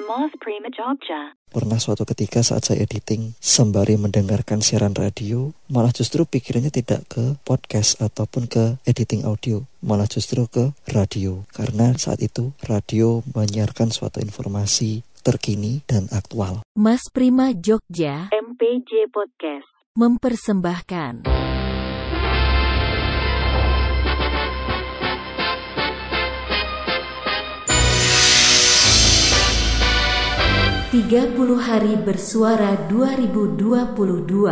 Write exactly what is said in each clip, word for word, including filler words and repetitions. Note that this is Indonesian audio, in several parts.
Mas Prima Jogja. Pernah suatu ketika saat saya editing, sembari mendengarkan siaran radio, malah justru pikirannya tidak ke podcast ataupun ke editing audio, malah justru ke radio. Karena saat itu radio menyiarkan suatu informasi terkini dan aktual. Mas Prima Jogja M P J Podcast mempersembahkan tiga puluh Hari Bersuara dua ribu dua puluh dua.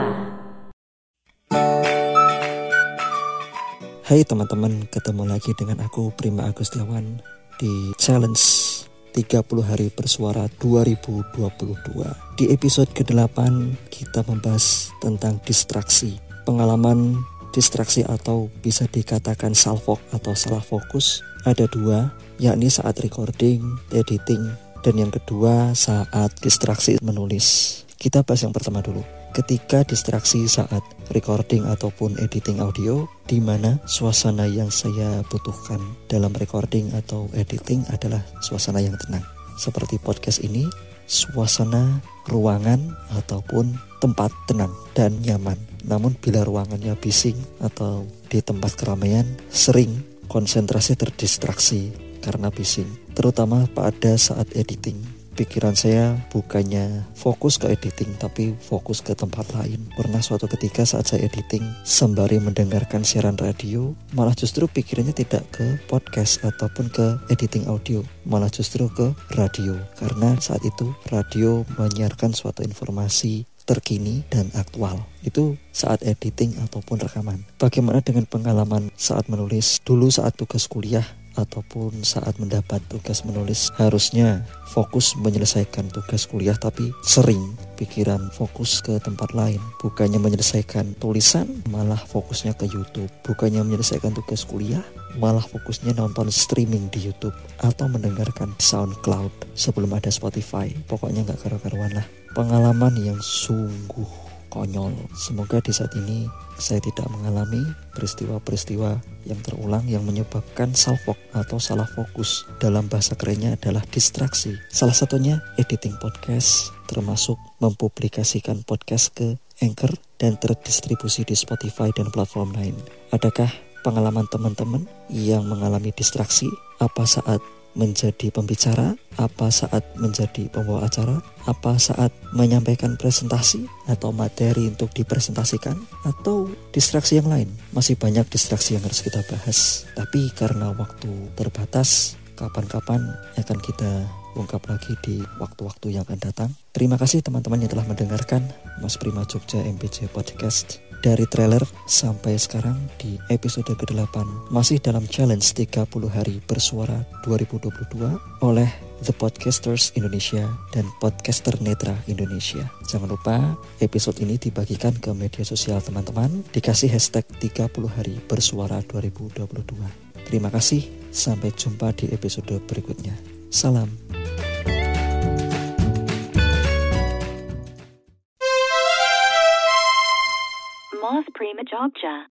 Hai teman-teman, ketemu lagi dengan aku Prima Agustiawan di Challenge tiga puluh Hari Bersuara dua ribu dua puluh dua. Di episode kedelapan kita membahas tentang distraksi. Pengalaman distraksi atau bisa dikatakan salfok atau salah fokus ada dua, yakni saat recording, editing, dan yang kedua saat distraksi menulis. Kita bahas yang pertama dulu. Ketika distraksi saat recording ataupun editing audio, di mana suasana yang saya butuhkan dalam recording atau editing adalah suasana yang tenang. Seperti podcast ini, suasana ruangan ataupun tempat tenang dan nyaman. Namun bila ruangannya bising atau di tempat keramaian, sering konsentrasi terdistraksi karena bising, terutama pada saat editing. Pikiran saya bukannya fokus ke editing, tapi fokus ke tempat lain. Pernah suatu ketika saat saya editing, sembari mendengarkan siaran radio, malah justru pikirannya tidak ke podcast ataupun ke editing audio, malah justru ke radio. Karena saat itu radio menyiarkan suatu informasi terkini dan aktual. Itu saat editing ataupun rekaman. Bagaimana dengan pengalaman saat menulis? Dulu saat tugas kuliah ataupun saat mendapat tugas menulis, harusnya fokus menyelesaikan tugas kuliah, tapi sering pikiran fokus ke tempat lain. Bukannya menyelesaikan tulisan, malah fokusnya ke YouTube. Bukannya menyelesaikan tugas kuliah, malah fokusnya nonton streaming di YouTube atau mendengarkan SoundCloud sebelum ada Spotify. Pokoknya gak karu-karuan lah. Pengalaman yang sungguh konyol. Semoga di saat ini saya tidak mengalami peristiwa-peristiwa yang terulang yang menyebabkan salfok atau salah fokus. Dalam bahasa kerennya adalah distraksi. Salah satunya editing podcast, termasuk mempublikasikan podcast ke Anchor dan terdistribusi di Spotify dan platform lain. Adakah pengalaman teman-teman yang mengalami distraksi? Apa saat menjadi pembicara, apa saat menjadi pembawa acara, apa saat menyampaikan presentasi atau materi untuk dipresentasikan, atau distraksi yang lain? Masih banyak distraksi yang harus kita bahas, tapi karena waktu terbatas, kapan-kapan akan kita ungkap lagi di waktu-waktu yang akan datang. Terima kasih teman-teman yang telah mendengarkan Mas Prima Jogja M P J Podcast. Dari trailer sampai sekarang di episode kedelapan, masih dalam challenge tiga puluh Hari Bersuara dua ribu dua puluh dua oleh The Podcasters Indonesia dan Podcaster Netra Indonesia. Jangan lupa episode ini dibagikan ke media sosial teman-teman, dikasih hashtag tiga puluh Hari Bersuara dua ribu dua puluh dua. Terima kasih, sampai jumpa di episode berikutnya. Salam. Mas Prima Jogja.